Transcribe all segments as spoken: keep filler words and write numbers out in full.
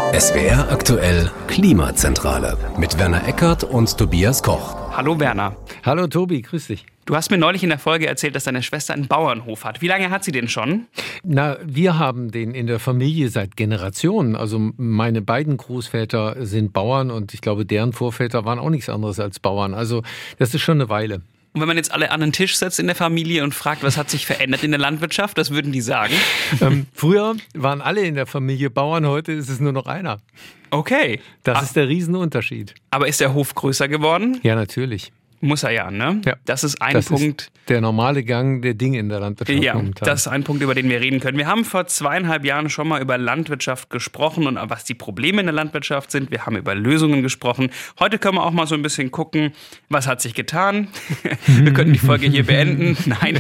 S W R aktuell Klimazentrale mit Werner Eckert und Tobias Koch. Hallo Werner. Hallo Tobi, grüß dich. Du hast mir neulich in der Folge erzählt, dass deine Schwester einen Bauernhof hat. Wie lange hat sie den schon? Na, wir haben den in der Familie seit Generationen. Also meine beiden Großväter sind Bauern und ich glaube, deren Vorväter waren auch nichts anderes als Bauern. Also das ist schon eine Weile. Und wenn man jetzt alle an den Tisch setzt in der Familie und fragt, was hat sich verändert in der Landwirtschaft, was würden die sagen? Ähm, früher waren alle in der Familie Bauern, heute ist es nur noch einer. Okay. Das ah, ist der Riesenunterschied. Aber ist der Hof größer geworden? Ja, natürlich. Muss er ja, ne? Ja. Das ist ein das Punkt. Ist der normale Gang der Dinge in der Landwirtschaft. Ja, momentan. Das ist ein Punkt, über den wir reden können. Wir haben vor zweieinhalb Jahren schon mal über Landwirtschaft gesprochen und was die Probleme in der Landwirtschaft sind. Wir haben über Lösungen gesprochen. Heute können wir auch mal so ein bisschen gucken, was hat sich getan. Wir könnten die Folge hier beenden. Nein.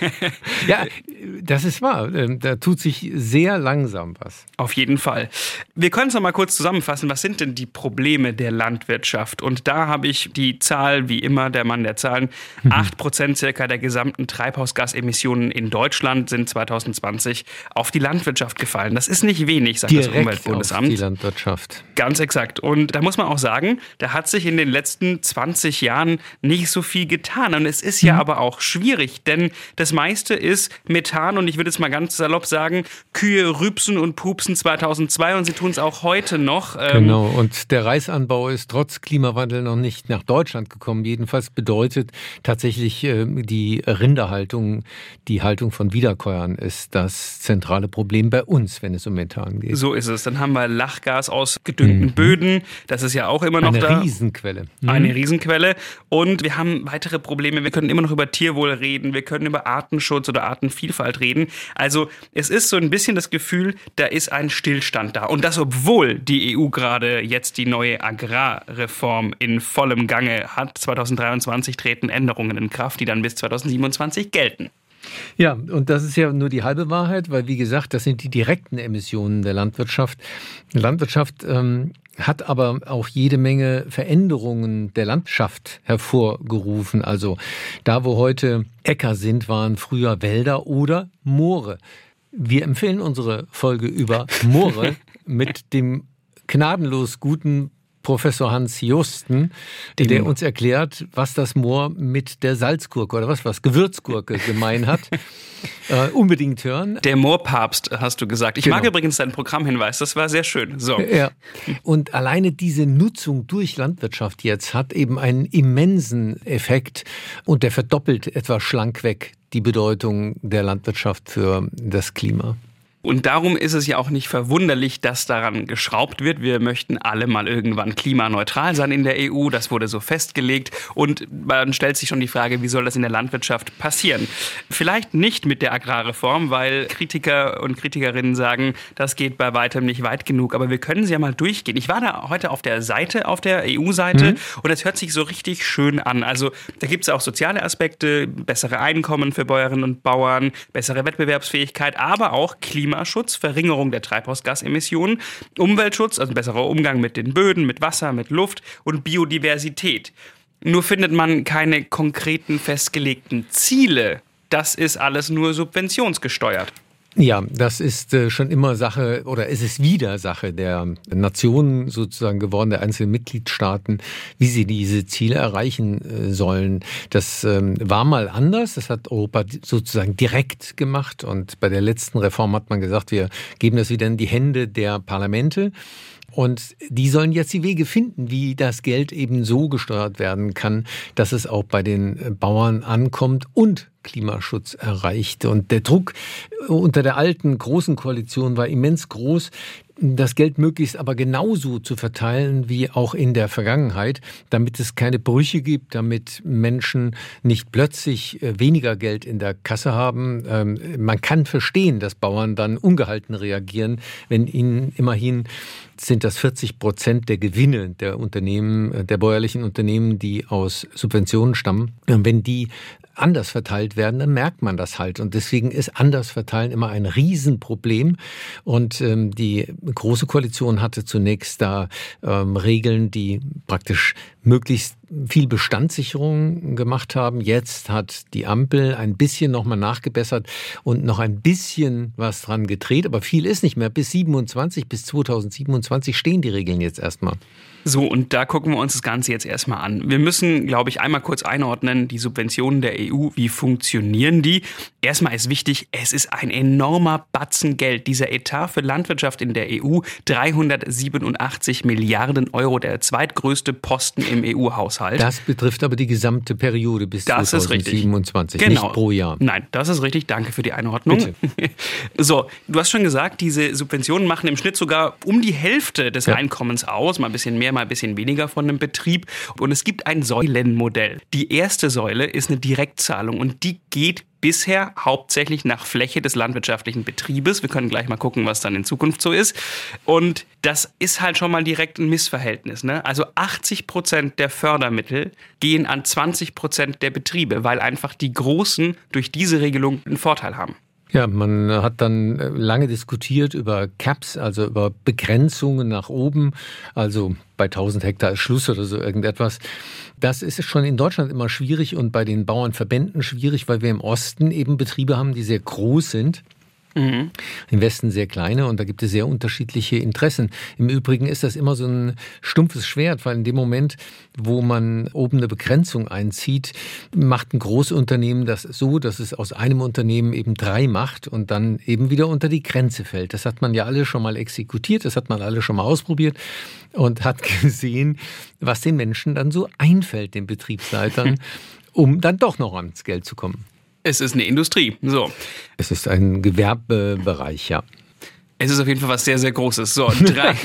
Ja, das ist wahr. Da tut sich sehr langsam was. Auf jeden Fall. Wir können es noch mal kurz zusammenfassen. Was sind denn die Probleme der Landwirtschaft? Und da habe ich die Zahl, wie immer, der Mann der Zahlen. acht Prozent circa der gesamten Treibhausgasemissionen in Deutschland sind zwanzig zwanzig auf die Landwirtschaft gefallen. Das ist nicht wenig, sagt Direkt das Umweltbundesamt. Auf die Landwirtschaft. Ganz exakt. Und da muss man auch sagen, da hat sich in den letzten zwanzig Jahren nicht so viel getan. Und es ist ja mhm. aber auch schwierig, denn das meiste ist Methan. Und ich würde jetzt mal ganz salopp sagen, Kühe rübsen und pupsen zweitausendzwei und sie tun es auch heute noch. Genau. Und der Reisanbau ist trotz Klimawandel noch nicht nach Deutschland gekommen. Jedenfalls bedeutet tatsächlich äh, die Rinderhaltung, die Haltung von Wiederkäuern ist das zentrale Problem bei uns, wenn es um Methan geht. So ist es. Dann haben wir Lachgas aus gedüngten mhm. Böden. Das ist ja auch immer noch Eine da. Eine Riesenquelle. Mhm. Eine Riesenquelle. Und wir haben weitere Probleme. Wir können immer noch über Tierwohl reden. Wir können über Artenschutz oder Artenvielfalt reden. Also es ist so ein bisschen das Gefühl, da ist ein Stillstand da. Und das, obwohl die E U gerade jetzt die neue Agrarreform in vollem Gange hat. zweitausenddreiundzwanzig treten Änderungen in Kraft, die dann bis zweitausendsiebenundzwanzig gelten. Ja, und das ist ja nur die halbe Wahrheit, weil wie gesagt, das sind die direkten Emissionen der Landwirtschaft. Die Landwirtschaft ähm, hat aber auch jede Menge Veränderungen der Landschaft hervorgerufen. Also da, wo heute Äcker sind, waren früher Wälder oder Moore. Wir empfehlen unsere Folge über Moore mit dem gnadenlos guten Professor Hans Josten, der uns erklärt, was das Moor mit der Salzgurke oder was, was Gewürzgurke gemein hat. äh, unbedingt hören. Der Moorpapst, hast du gesagt. Ich genau. mag übrigens deinen Programmhinweis, das war sehr schön. So. Ja. Und alleine diese Nutzung durch Landwirtschaft jetzt hat eben einen immensen Effekt und der verdoppelt etwa schlankweg die Bedeutung der Landwirtschaft für das Klima. Und darum ist es ja auch nicht verwunderlich, dass daran geschraubt wird. Wir möchten alle mal irgendwann klimaneutral sein in der E U. Das wurde so festgelegt. Und man stellt sich schon die Frage, wie soll das in der Landwirtschaft passieren? Vielleicht nicht mit der Agrarreform, weil Kritiker und Kritikerinnen sagen, das geht bei weitem nicht weit genug. Aber wir können sie ja mal durchgehen. Ich war da heute auf der Seite, auf der E U-Seite mhm. und das hört sich so richtig schön an. Also da gibt es auch soziale Aspekte, bessere Einkommen für Bäuerinnen und Bauern, bessere Wettbewerbsfähigkeit, aber auch Klima. Klimaschutz, Verringerung der Treibhausgasemissionen, Umweltschutz, also besserer Umgang mit den Böden, mit Wasser, mit Luft und Biodiversität. Nur findet man keine konkreten festgelegten Ziele. Das ist alles nur subventionsgesteuert. Ja, das ist äh, schon immer Sache oder es ist wieder Sache der Nationen sozusagen geworden, der einzelnen Mitgliedstaaten, wie sie diese Ziele erreichen äh, sollen. Das ähm, war mal anders, das hat Europa sozusagen direkt gemacht und bei der letzten Reform hat man gesagt, wir geben das wieder in die Hände der Parlamente. Und die sollen jetzt die Wege finden, wie das Geld eben so gesteuert werden kann, dass es auch bei den Bauern ankommt und Klimaschutz erreicht. Und der Druck unter der alten großen Koalition war immens groß, das Geld möglichst aber genauso zu verteilen wie auch in der Vergangenheit, damit es keine Brüche gibt, damit Menschen nicht plötzlich weniger Geld in der Kasse haben. Man kann verstehen, dass Bauern dann ungehalten reagieren, wenn ihnen immerhin sind das vierzig Prozent der Gewinne der Unternehmen, der bäuerlichen Unternehmen, die aus Subventionen stammen. Wenn die anders verteilt werden, dann merkt man das halt. Und deswegen ist anders verteilen immer ein Riesenproblem. Und ähm, die Große Koalition hatte zunächst da ähm, Regeln, die praktisch möglichst viel Bestandssicherung gemacht haben. Jetzt hat die Ampel ein bisschen nochmal nachgebessert und noch ein bisschen was dran gedreht, aber viel ist nicht mehr. Bis siebenundzwanzig, bis zweitausendsiebenundzwanzig stehen die Regeln jetzt erstmal. So, und da gucken wir uns das Ganze jetzt erstmal an. Wir müssen, glaube ich, einmal kurz einordnen, die Subventionen der E U, wie funktionieren die? Erstmal ist wichtig, es ist ein enormer Batzen Geld. Dieser Etat für Landwirtschaft in der E U, dreihundertsiebenundachtzig Milliarden Euro, der zweitgrößte Posten im E U-Haushalt. Das betrifft aber die gesamte Periode bis das zweitausendsiebenundzwanzig, genau. Nicht pro Jahr. Nein, das ist richtig. Danke für die Einordnung. Bitte. So, du hast schon gesagt, diese Subventionen machen im Schnitt sogar um die Hälfte des ja. Einkommens aus, mal ein bisschen mehr, mal ein bisschen weniger von einem Betrieb. Und es gibt ein Säulenmodell. Die erste Säule ist eine Direktzahlung und die geht bisher hauptsächlich nach Fläche des landwirtschaftlichen Betriebes. Wir können gleich mal gucken, was dann in Zukunft so ist. Und das ist halt schon mal direkt ein Missverhältnis, ne? Also achtzig Prozent der Fördermittel gehen an zwanzig Prozent der Betriebe, weil einfach die Großen durch diese Regelung einen Vorteil haben. Ja, man hat dann lange diskutiert über Caps, also über Begrenzungen nach oben, also bei tausend Hektar ist Schluss oder so irgendetwas. Das ist schon in Deutschland immer schwierig und bei den Bauernverbänden schwierig, weil wir im Osten eben Betriebe haben, die sehr groß sind. Mhm. Im Westen sehr kleine und da gibt es sehr unterschiedliche Interessen. Im Übrigen ist das immer so ein stumpfes Schwert, weil in dem Moment, wo man oben eine Begrenzung einzieht, macht ein Großunternehmen das so, dass es aus einem Unternehmen eben drei macht und dann eben wieder unter die Grenze fällt. Das hat man ja alle schon mal exekutiert, das hat man alle schon mal ausprobiert und hat gesehen, was den Menschen dann so einfällt, den Betriebsleitern, um dann doch noch ans Geld zu kommen. Es ist eine Industrie, so. Es ist ein Gewerbebereich, ja. Es ist auf jeden Fall was sehr, sehr Großes. So, drei,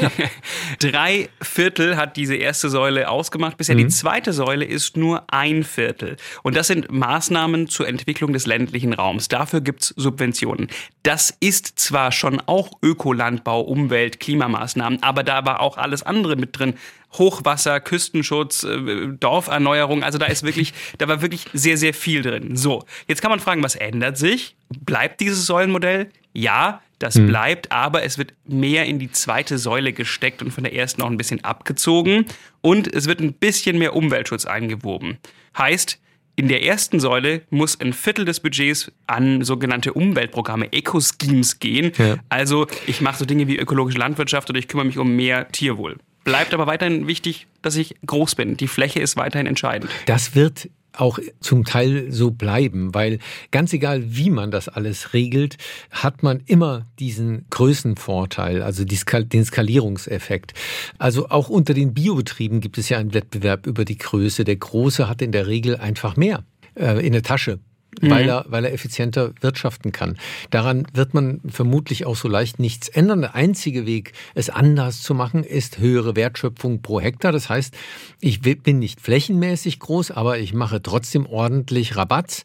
drei Viertel hat diese erste Säule ausgemacht. Bisher mhm. die zweite Säule ist nur ein Viertel. Und das sind Maßnahmen zur Entwicklung des ländlichen Raums. Dafür gibt's Subventionen. Das ist zwar schon auch Ökolandbau, Umwelt, Klimamaßnahmen, aber da war auch alles andere mit drin. Hochwasser, Küstenschutz, Dorferneuerung, also da ist wirklich, da war wirklich sehr, sehr viel drin. So, jetzt kann man fragen, was ändert sich? Bleibt dieses Säulenmodell? Ja, das hm. bleibt, aber es wird mehr in die zweite Säule gesteckt und von der ersten auch ein bisschen abgezogen und es wird ein bisschen mehr Umweltschutz eingewoben. Heißt, in der ersten Säule muss ein Viertel des Budgets an sogenannte Umweltprogramme, Eco-Schemes gehen. Ja. Also ich mache so Dinge wie ökologische Landwirtschaft oder ich kümmere mich um mehr Tierwohl. Bleibt aber weiterhin wichtig, dass ich groß bin. Die Fläche ist weiterhin entscheidend. Das wird auch zum Teil so bleiben, weil ganz egal, wie man das alles regelt, hat man immer diesen Größenvorteil, also den Skalierungseffekt. Also auch unter den Biobetrieben gibt es ja einen Wettbewerb über die Größe. Der Große hat in der Regel einfach mehr äh, in der Tasche. Weil er, weil er effizienter wirtschaften kann. Daran wird man vermutlich auch so leicht nichts ändern. Der einzige Weg, es anders zu machen, ist höhere Wertschöpfung pro Hektar. Das heißt, ich bin nicht flächenmäßig groß, aber ich mache trotzdem ordentlich Rabatz.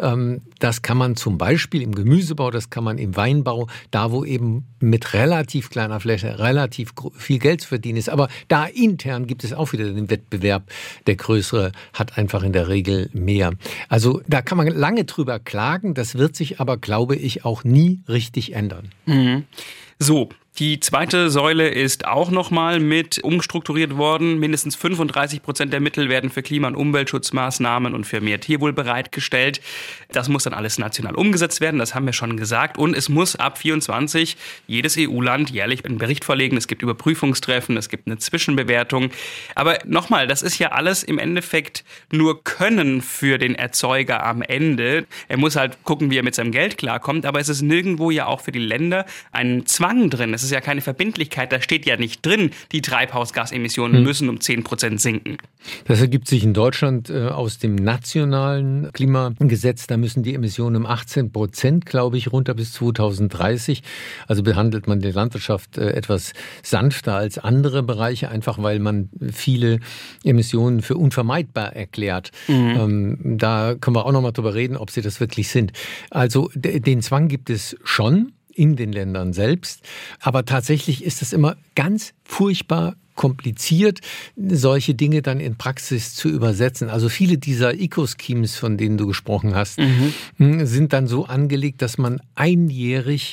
Das kann man zum Beispiel im Gemüsebau, das kann man im Weinbau, da wo eben mit relativ kleiner Fläche relativ viel Geld zu verdienen ist. Aber da intern gibt es auch wieder den Wettbewerb. Der Größere hat einfach in der Regel mehr. Also da kann man lange drüber klagen, das wird sich aber, glaube ich, auch nie richtig ändern. Mhm. So, die zweite Säule ist auch nochmal mit umstrukturiert worden. Mindestens fünfunddreißig Prozent der Mittel werden für Klima- und Umweltschutzmaßnahmen und für mehr Tierwohl bereitgestellt. Das muss dann alles national umgesetzt werden, das haben wir schon gesagt. Und es muss ab vierundzwanzig jedes E U-Land jährlich einen Bericht vorlegen. Es gibt Überprüfungstreffen, es gibt eine Zwischenbewertung. Aber nochmal, das ist ja alles im Endeffekt nur Können für den Erzeuger am Ende. Er muss halt gucken, wie er mit seinem Geld klarkommt. Aber es ist nirgendwo ja auch für die Länder ein Zwang drin. Es ist ja keine Verbindlichkeit, da steht ja nicht drin, die Treibhausgasemissionen hm. müssen um zehn Prozent sinken. Das ergibt sich in Deutschland äh, aus dem nationalen Klimagesetz. Da müssen die Emissionen um achtzehn Prozent, glaube ich, runter bis zweitausenddreißig. Also behandelt man die Landwirtschaft äh, etwas sanfter als andere Bereiche, einfach weil man viele Emissionen für unvermeidbar erklärt. Mhm. Ähm, da können wir auch noch mal drüber reden, ob sie das wirklich sind. Also d- den Zwang gibt es schon in den Ländern selbst. Aber tatsächlich ist es immer ganz furchtbar kompliziert, solche Dinge dann in Praxis zu übersetzen. Also viele dieser Eco-Schemes, von denen du gesprochen hast, mhm. sind dann so angelegt, dass man einjährig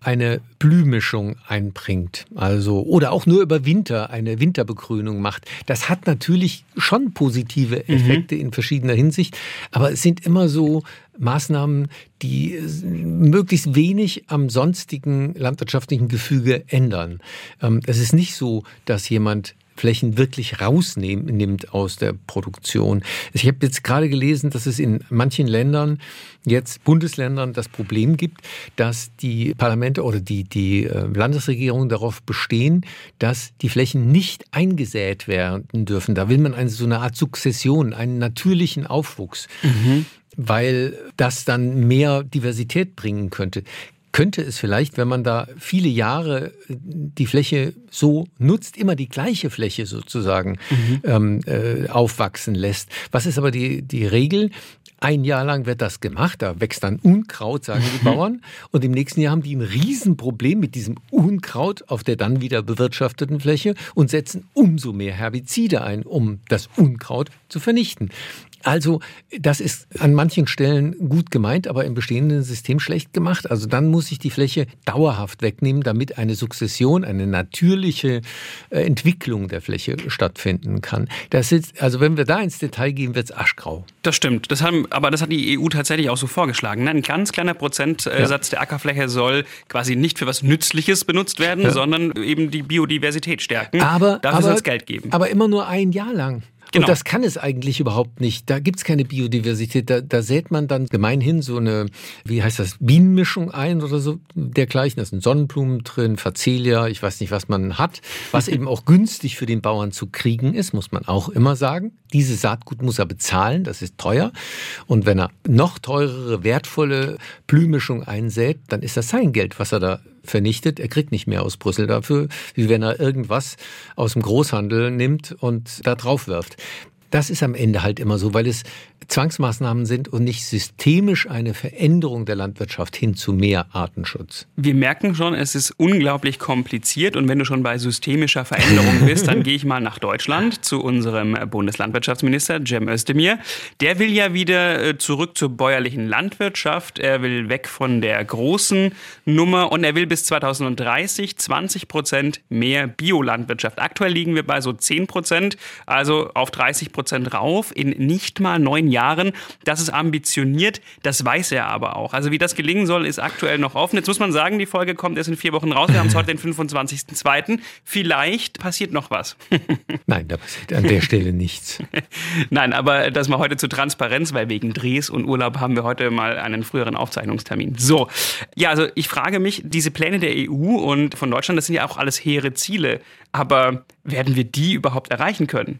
eine Blühmischung einbringt, also oder auch nur über Winter eine Winterbegrünung macht. Das hat natürlich schon positive Effekte mhm. in verschiedener Hinsicht, aber es sind immer so Maßnahmen, die möglichst wenig am sonstigen landwirtschaftlichen Gefüge ändern. Es ist nicht so, dass jemand Flächen wirklich rausnimmt aus der Produktion. Ich habe jetzt gerade gelesen, dass es in manchen Ländern, jetzt Bundesländern, das Problem gibt, dass die Parlamente oder die, die Landesregierungen darauf bestehen, dass die Flächen nicht eingesät werden dürfen. Da will man eine, so eine Art Sukzession, einen natürlichen Aufwuchs, mhm. weil das dann mehr Diversität bringen könnte. Könnte es vielleicht, wenn man da viele Jahre die Fläche so nutzt, immer die gleiche Fläche sozusagen mhm. ähm, äh, aufwachsen lässt. Was ist aber die, die Regel? Ein Jahr lang wird das gemacht, da wächst dann Unkraut, sagen die Bauern. Und im nächsten Jahr haben die ein Riesenproblem mit diesem Unkraut auf der dann wieder bewirtschafteten Fläche und setzen umso mehr Herbizide ein, um das Unkraut zu vernichten. Also das ist an manchen Stellen gut gemeint, aber im bestehenden System schlecht gemacht. Also dann muss ich die Fläche dauerhaft wegnehmen, damit eine Sukzession, eine natürliche Entwicklung der Fläche stattfinden kann. Das ist, also wenn wir da ins Detail gehen, wird es aschgrau. Das stimmt. Das haben, aber das hat die E U tatsächlich auch so vorgeschlagen. Ein ganz kleiner Prozentsatz ja. der Ackerfläche soll quasi nicht für was Nützliches benutzt werden, ja. sondern eben die Biodiversität stärken. Aber, Dafür soll es Geld geben. Aber immer nur ein Jahr lang. Genau. Und das kann es eigentlich überhaupt nicht. Da gibt's keine Biodiversität. Da, da sät man dann gemeinhin so eine, wie heißt das, Bienenmischung ein oder so dergleichen. Da sind Sonnenblumen drin, Facelia, ich weiß nicht, was man hat. Was eben auch günstig für den Bauern zu kriegen ist, muss man auch immer sagen. Dieses Saatgut muss er bezahlen, das ist teuer. Und wenn er noch teurere, wertvolle Blühmischung einsät, dann ist das sein Geld, was er da vernichtet. Er kriegt nicht mehr aus Brüssel dafür, wie wenn er irgendwas aus dem Großhandel nimmt und da drauf wirft. Das ist am Ende halt immer so, weil es Zwangsmaßnahmen sind und nicht systemisch eine Veränderung der Landwirtschaft hin zu mehr Artenschutz. Wir merken schon, es ist unglaublich kompliziert und wenn du schon bei systemischer Veränderung bist, dann gehe ich mal nach Deutschland zu unserem Bundeslandwirtschaftsminister Cem Özdemir. Der will ja wieder zurück zur bäuerlichen Landwirtschaft, er will weg von der großen Nummer und er will bis zweitausenddreißig zwanzig Prozent mehr Biolandwirtschaft. Aktuell liegen wir bei so zehn Prozent, also auf dreißig Prozent rauf in nicht mal neun Jahren. Das ist ambitioniert, das weiß er aber auch. Also wie das gelingen soll, ist aktuell noch offen. Jetzt muss man sagen, die Folge kommt erst in vier Wochen raus. Wir haben es heute den fünfundzwanzigsten zweiten Vielleicht passiert noch was. Nein, da passiert an der Stelle nichts. Nein, aber das mal heute zur Transparenz, weil wegen Drehs und Urlaub haben wir heute mal einen früheren Aufzeichnungstermin. So, ja, also ich frage mich, diese Pläne der E U und von Deutschland, das sind ja auch alles hehre Ziele. Aber werden wir die überhaupt erreichen können?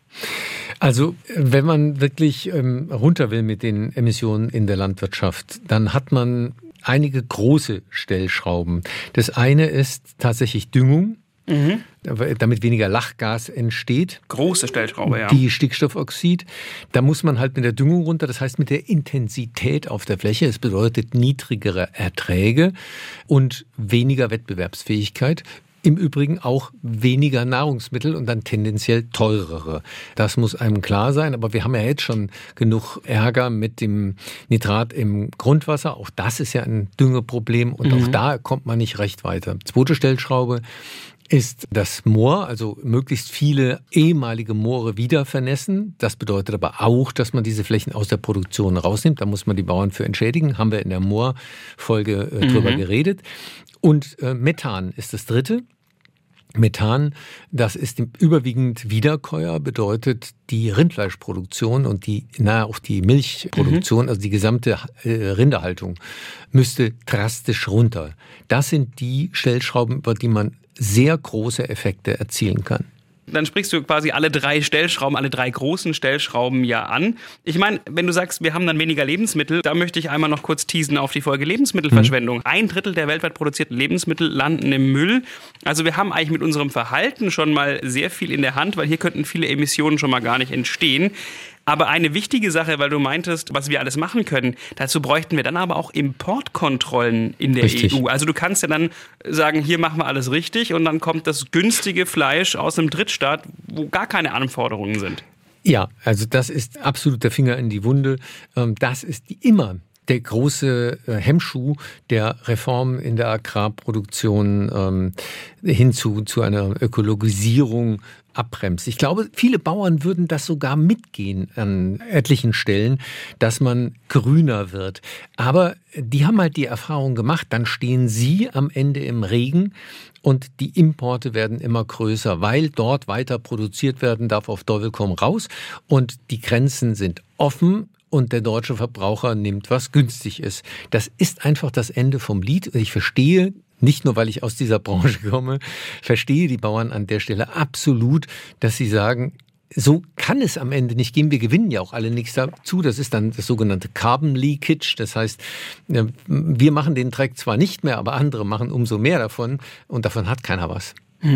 Also wenn man wirklich ähm, runter will mit den Emissionen in der Landwirtschaft, dann hat man einige große Stellschrauben. Das eine ist tatsächlich Düngung, mhm. damit weniger Lachgas entsteht. Große Stellschraube, ja. Die Stickstoffoxid. Da muss man halt mit der Düngung runter, das heißt mit der Intensität auf der Fläche. Es bedeutet niedrigere Erträge und weniger Wettbewerbsfähigkeit. Im Übrigen auch weniger Nahrungsmittel und dann tendenziell teurere. Das muss einem klar sein, aber wir haben ja jetzt schon genug Ärger mit dem Nitrat im Grundwasser. Auch das ist ja ein Düngeproblem und mhm. auch da kommt man nicht recht weiter. Zweite Stellschraube ist das Moor, also möglichst viele ehemalige Moore wieder vernässen. Das bedeutet aber auch, dass man diese Flächen aus der Produktion rausnimmt. Da muss man die Bauern für entschädigen. Haben wir in der Moorfolge äh, drüber mhm. geredet. Und äh, Methan ist das dritte. Methan, das ist überwiegend Wiederkäuer, bedeutet die Rindfleischproduktion und die, na, auch die Milchproduktion, mhm. also die gesamte äh, Rinderhaltung, müsste drastisch runter. Das sind die Stellschrauben, über die man sehr große Effekte erzielen kann. Dann sprichst du quasi alle drei Stellschrauben, alle drei großen Stellschrauben ja an. Ich meine, wenn du sagst, wir haben dann weniger Lebensmittel, da möchte ich einmal noch kurz teasen auf die Folge Lebensmittelverschwendung. Mhm. Ein Drittel der weltweit produzierten Lebensmittel landen im Müll. Also wir haben eigentlich mit unserem Verhalten schon mal sehr viel in der Hand, weil hier könnten viele Emissionen schon mal gar nicht entstehen. Aber eine wichtige Sache, weil du meintest, was wir alles machen können, dazu bräuchten wir dann aber auch Importkontrollen in der richtig. E U. Also du kannst ja dann sagen, hier machen wir alles richtig und dann kommt das günstige Fleisch aus einem Drittstaat, wo gar keine Anforderungen sind. Ja, also das ist absolut der Finger in die Wunde. Das ist die immer der große Hemmschuh der Reform in der Agrarproduktion ähm, hin zu, zu einer Ökologisierung abbremst. Ich glaube, viele Bauern würden das sogar mitgehen an etlichen Stellen, dass man grüner wird. Aber die haben halt die Erfahrung gemacht, dann stehen sie am Ende im Regen und die Importe werden immer größer, weil dort weiter produziert werden darf auf Teufel komm raus und die Grenzen sind offen. Und der deutsche Verbraucher nimmt, was günstig ist. Das ist einfach das Ende vom Lied. Und ich verstehe, nicht nur weil ich aus dieser Branche komme, verstehe die Bauern an der Stelle absolut, dass sie sagen, so kann es am Ende nicht gehen. Wir gewinnen ja auch alle nichts dazu. Das ist dann das sogenannte Carbon Leakage. Das heißt, wir machen den Dreck zwar nicht mehr, aber andere machen umso mehr davon. Und davon hat keiner was.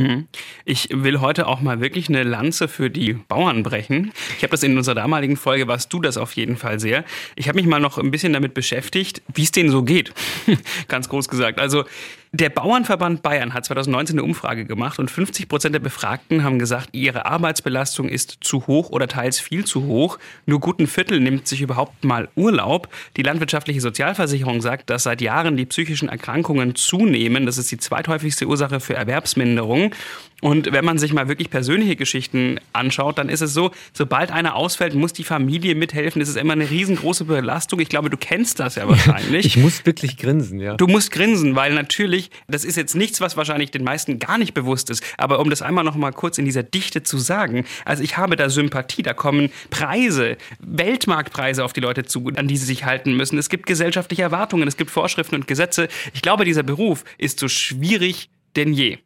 Ich will heute auch mal wirklich eine Lanze für die Bauern brechen. Ich habe das in unserer damaligen Folge, warst du das auf jeden Fall sehr. Ich habe mich mal noch ein bisschen damit beschäftigt, wie es denen so geht. Ganz groß gesagt. Also der Bauernverband Bayern hat zwanzig neunzehn eine Umfrage gemacht und fünfzig Prozent der Befragten haben gesagt, ihre Arbeitsbelastung ist zu hoch oder teils viel zu hoch. Nur gut ein Viertel nimmt sich überhaupt mal Urlaub. Die landwirtschaftliche Sozialversicherung sagt, dass seit Jahren die psychischen Erkrankungen zunehmen. Das ist die zweithäufigste Ursache für Erwerbsminderung. Und wenn man sich mal wirklich persönliche Geschichten anschaut, dann ist es so, sobald einer ausfällt, muss die Familie mithelfen. Das ist immer eine riesengroße Belastung. Ich glaube, du kennst das ja wahrscheinlich. Ich muss wirklich grinsen, ja. Du musst grinsen, weil natürlich, das ist jetzt nichts, was wahrscheinlich den meisten gar nicht bewusst ist. Aber um das einmal noch mal kurz in dieser Dichte zu sagen, also ich habe da Sympathie, da kommen Preise, Weltmarktpreise auf die Leute zu, an die sie sich halten müssen. Es gibt gesellschaftliche Erwartungen, es gibt Vorschriften und Gesetze. Ich glaube, dieser Beruf ist so schwierig denn je.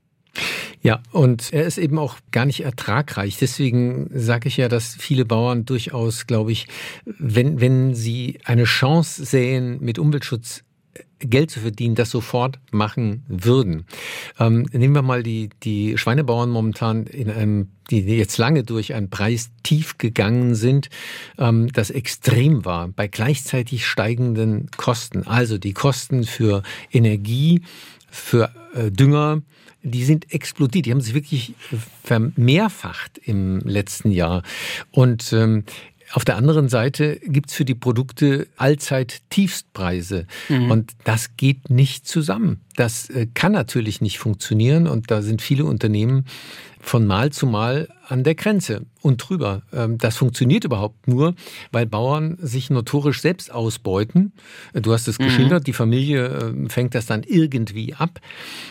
Ja, und er ist eben auch gar nicht ertragreich. Deswegen sage ich ja, dass viele Bauern durchaus, glaube ich, wenn, wenn sie eine Chance sähen, mit Umweltschutz Geld zu verdienen, das sofort machen würden. Ähm, nehmen wir mal die, die Schweinebauern momentan in einem, die jetzt lange durch ein Preistief gegangen sind, ähm, das extrem war, bei gleichzeitig steigenden Kosten. Also die Kosten für Energie, für äh, Dünger, die sind explodiert. Die haben sich wirklich vermehrfacht im letzten Jahr. Und ähm, auf der anderen Seite gibt's für die Produkte allzeit Tiefstpreise. Mhm. Und das geht nicht zusammen. Das äh, kann natürlich nicht funktionieren. Und da sind viele Unternehmen von Mal zu Mal an der Grenze und drüber. Ähm, das funktioniert überhaupt nur, weil Bauern sich notorisch selbst ausbeuten. Du hast es mhm. geschildert, die Familie äh, fängt das dann irgendwie ab.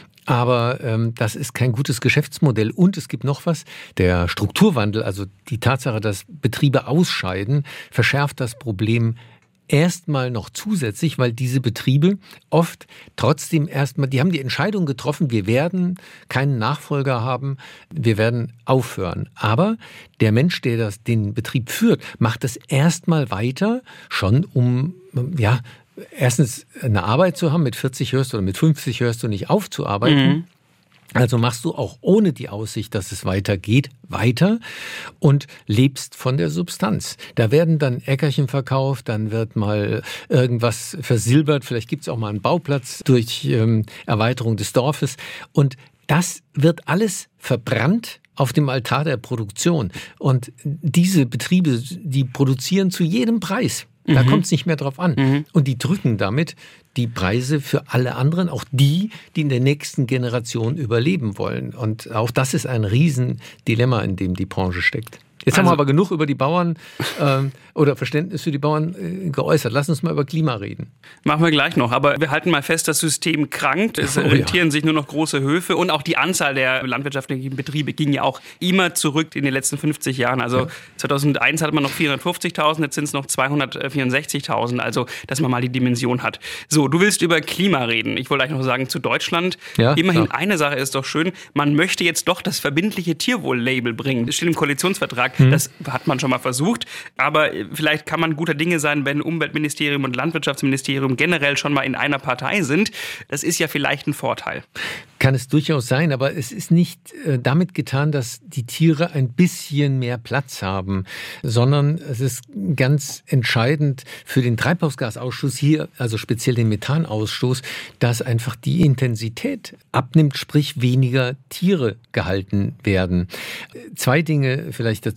Aber ähm, das ist kein gutes Geschäftsmodell. Und es gibt noch was, der Strukturwandel, also die Tatsache, dass Betriebe ausscheiden, verschärft das Problem erstmal noch zusätzlich, weil diese Betriebe oft trotzdem erstmal, die haben die Entscheidung getroffen, wir werden keinen Nachfolger haben, wir werden aufhören. Aber der Mensch, der das, den Betrieb führt, macht das erstmal weiter, schon um, ja, erstens eine Arbeit zu haben, mit vierzig hörst du oder mit fünfzig hörst du nicht auf zu arbeiten. Mhm. Also machst du auch ohne die Aussicht, dass es weitergeht, weiter und lebst von der Substanz. Da werden dann Äckerchen verkauft, dann wird mal irgendwas versilbert, vielleicht gibt es auch mal einen Bauplatz durch ähm, Erweiterung des Dorfes. Und das wird alles verbrannt auf dem Altar der Produktion. Und diese Betriebe, die produzieren zu jedem Preis. Da mhm. kommt es nicht mehr drauf an. Mhm. Und die drücken damit die Preise für alle anderen, auch die, die in der nächsten Generation überleben wollen. Und auch das ist ein Riesendilemma, in dem die Branche steckt. Jetzt also, haben wir aber genug über die Bauern ähm, oder Verständnis für die Bauern äh, geäußert. Lass uns mal über Klima reden. Machen wir gleich noch. Aber wir halten mal fest, das System krankt. Es oh, rentieren ja. sich nur noch große Höfe. Und auch die Anzahl der landwirtschaftlichen Betriebe ging ja auch immer zurück in den letzten fünfzig Jahren. Also ja. zweitausendeins hatte man noch vierhundertfünfzigtausend, jetzt sind es noch zweihundertvierundsechzigtausend. Also, dass man mal die Dimension hat. So, du willst über Klima reden. Ich wollte eigentlich noch sagen, zu Deutschland. Ja, Immerhin ja. eine Sache ist doch schön. Man möchte jetzt doch das verbindliche Tierwohl-Label bringen. Das steht im Koalitionsvertrag. Das hat man schon mal versucht, aber vielleicht kann man guter Dinge sein, wenn Umweltministerium und Landwirtschaftsministerium generell schon mal in einer Partei sind. Das ist ja vielleicht ein Vorteil. Kann es durchaus sein, aber es ist nicht äh, damit getan, dass die Tiere ein bisschen mehr Platz haben, sondern es ist ganz entscheidend für den Treibhausgasausstoß hier, also speziell den Methanausstoß, dass einfach die Intensität abnimmt, sprich weniger Tiere gehalten werden. Zwei Dinge vielleicht dazu.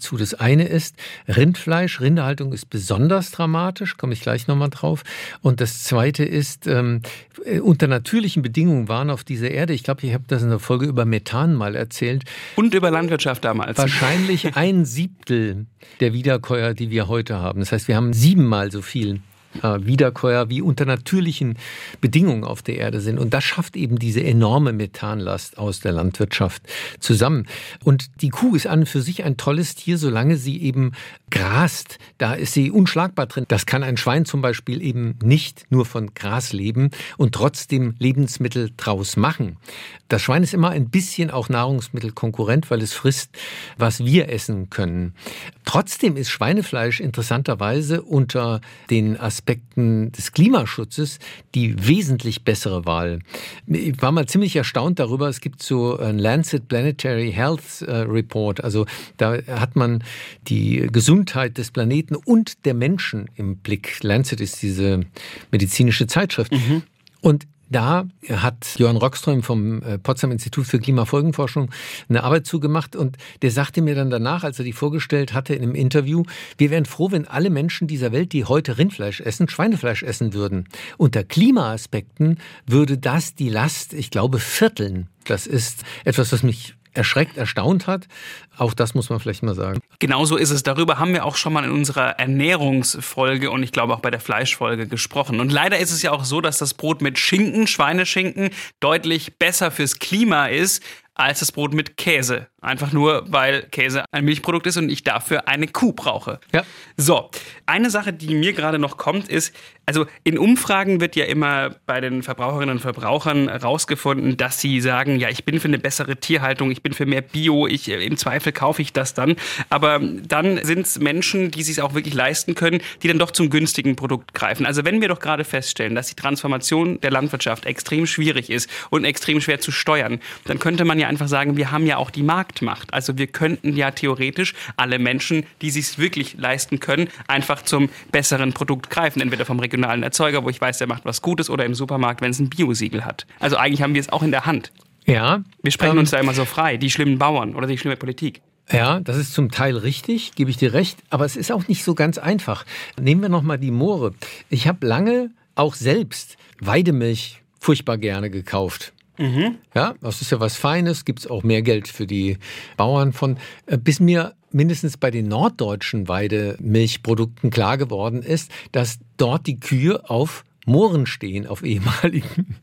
dazu. Das eine ist Rindfleisch, Rinderhaltung ist besonders dramatisch, komme ich gleich nochmal drauf. Und das zweite ist, ähm, unter natürlichen Bedingungen waren auf dieser Erde, ich glaube, ich habe das in der Folge über Methan mal erzählt. Und über Landwirtschaft damals. Wahrscheinlich ein Siebtel der Wiederkäuer, die wir heute haben. Das heißt, wir haben siebenmal so viel Wiederkäuer wie unter natürlichen Bedingungen auf der Erde sind. Und das schafft eben diese enorme Methanlast aus der Landwirtschaft zusammen. Und die Kuh ist an und für sich ein tolles Tier, solange sie eben grast. Da ist sie unschlagbar drin. Das kann ein Schwein zum Beispiel eben nicht nur von Gras leben und trotzdem Lebensmittel draus machen. Das Schwein ist immer ein bisschen auch Nahrungsmittelkonkurrent, weil es frisst, was wir essen können. Trotzdem ist Schweinefleisch interessanterweise unter den Aspekten des Klimaschutzes die wesentlich bessere Wahl. Ich war mal ziemlich erstaunt darüber. Es gibt so ein Lancet Planetary Health Report. Also da hat man die Gesundheit des Planeten und der Menschen im Blick. Lancet ist diese medizinische Zeitschrift. Mhm. Und da hat Johann Rockström vom Potsdam Institut für Klimafolgenforschung eine Arbeit zugemacht und der sagte mir dann danach, als er die vorgestellt hatte in einem Interview, wir wären froh, wenn alle Menschen dieser Welt, die heute Rindfleisch essen, Schweinefleisch essen würden. Unter Klimaaspekten würde das die Last, ich glaube, vierteln. Das ist etwas, was mich erschreckt, erstaunt hat. Auch das muss man vielleicht mal sagen. Genauso ist es. Darüber haben wir auch schon mal in unserer Ernährungsfolge und ich glaube auch bei der Fleischfolge gesprochen. Und leider ist es ja auch so, dass das Brot mit Schinken, Schweineschinken, deutlich besser fürs Klima ist als das Brot mit Käse. Einfach nur, weil Käse ein Milchprodukt ist und ich dafür eine Kuh brauche. Ja. So, eine Sache, die mir gerade noch kommt, ist, also in Umfragen wird ja immer bei den Verbraucherinnen und Verbrauchern rausgefunden, dass sie sagen, ja, ich bin für eine bessere Tierhaltung, ich bin für mehr Bio, ich, im Zweifel kaufe ich das dann. Aber dann sind es Menschen, die sich auch wirklich leisten können, die dann doch zum günstigen Produkt greifen. Also wenn wir doch gerade feststellen, dass die Transformation der Landwirtschaft extrem schwierig ist und extrem schwer zu steuern, dann könnte man ja einfach sagen, wir haben ja auch die Marktmacht. Also wir könnten ja theoretisch alle Menschen, die es sich wirklich leisten können, einfach zum besseren Produkt greifen. Entweder vom regionalen Erzeuger, wo ich weiß, der macht was Gutes, oder im Supermarkt, wenn es ein Biosiegel hat. Also eigentlich haben wir es auch in der Hand. Ja. Wir sprechen ähm, uns da immer so frei, die schlimmen Bauern oder die schlimme Politik. Ja, das ist zum Teil richtig, gebe ich dir recht, aber es ist auch nicht so ganz einfach. Nehmen wir nochmal die Moore. Ich habe lange auch selbst Weidemilch furchtbar gerne gekauft. Mhm. Ja, das ist ja was Feines, gibt es auch mehr Geld für die Bauern von, bis mir mindestens bei den norddeutschen Weidemilchprodukten klar geworden ist, dass dort die Kühe auf Mooren stehen, auf ehemaligen.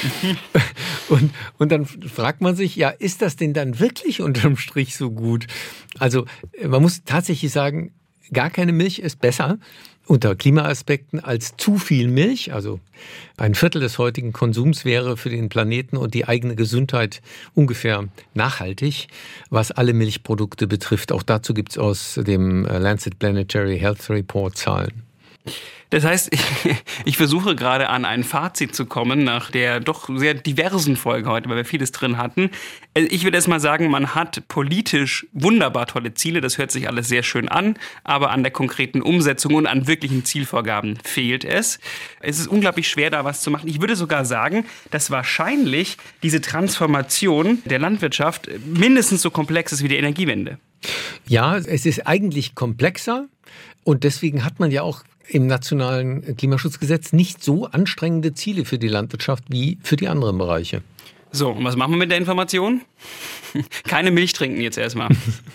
und, und dann fragt man sich, ja, ist das denn dann wirklich unterm Strich so gut? Also man muss tatsächlich sagen, gar keine Milch ist besser unter Klimaaspekten als zu viel Milch. Also ein Viertel des heutigen Konsums wäre für den Planeten und die eigene Gesundheit ungefähr nachhaltig, was alle Milchprodukte betrifft. Auch dazu gibt es aus dem Lancet Planetary Health Report Zahlen. Das heißt, ich, ich versuche gerade an ein Fazit zu kommen nach der doch sehr diversen Folge heute, weil wir vieles drin hatten. Ich würde erst mal sagen, man hat politisch wunderbar tolle Ziele, das hört sich alles sehr schön an, aber an der konkreten Umsetzung und an wirklichen Zielvorgaben fehlt es. Es ist unglaublich schwer, da was zu machen. Ich würde sogar sagen, dass wahrscheinlich diese Transformation der Landwirtschaft mindestens so komplex ist wie die Energiewende. Ja, es ist eigentlich komplexer und deswegen hat man ja auch im nationalen Klimaschutzgesetz nicht so anstrengende Ziele für die Landwirtschaft wie für die anderen Bereiche. So, und was machen wir mit der Information? Keine Milch trinken jetzt erstmal.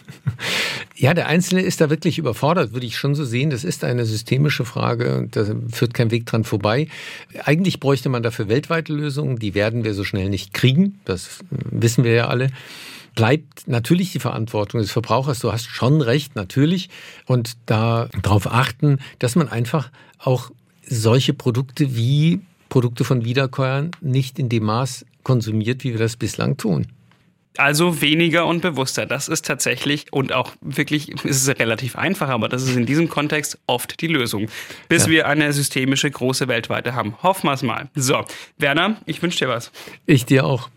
Ja, der Einzelne ist da wirklich überfordert, würde ich schon so sehen. Das ist eine systemische Frage und da führt kein Weg dran vorbei. Eigentlich bräuchte man dafür weltweite Lösungen. Die werden wir so schnell nicht kriegen. Das wissen wir ja alle. Bleibt natürlich die Verantwortung des Verbrauchers. Du hast schon recht, natürlich. Und da darauf achten, dass man einfach auch solche Produkte wie Produkte von Wiederkäuern nicht in dem Maß konsumiert, wie wir das bislang tun. Also weniger und bewusster. Das ist tatsächlich und auch wirklich, ist es relativ einfach, aber das ist in diesem Kontext oft die Lösung. Bis ja. wir eine systemische, große weltweite haben. Hoffen wir es mal. So, Werner, ich wünsche dir was. Ich dir auch.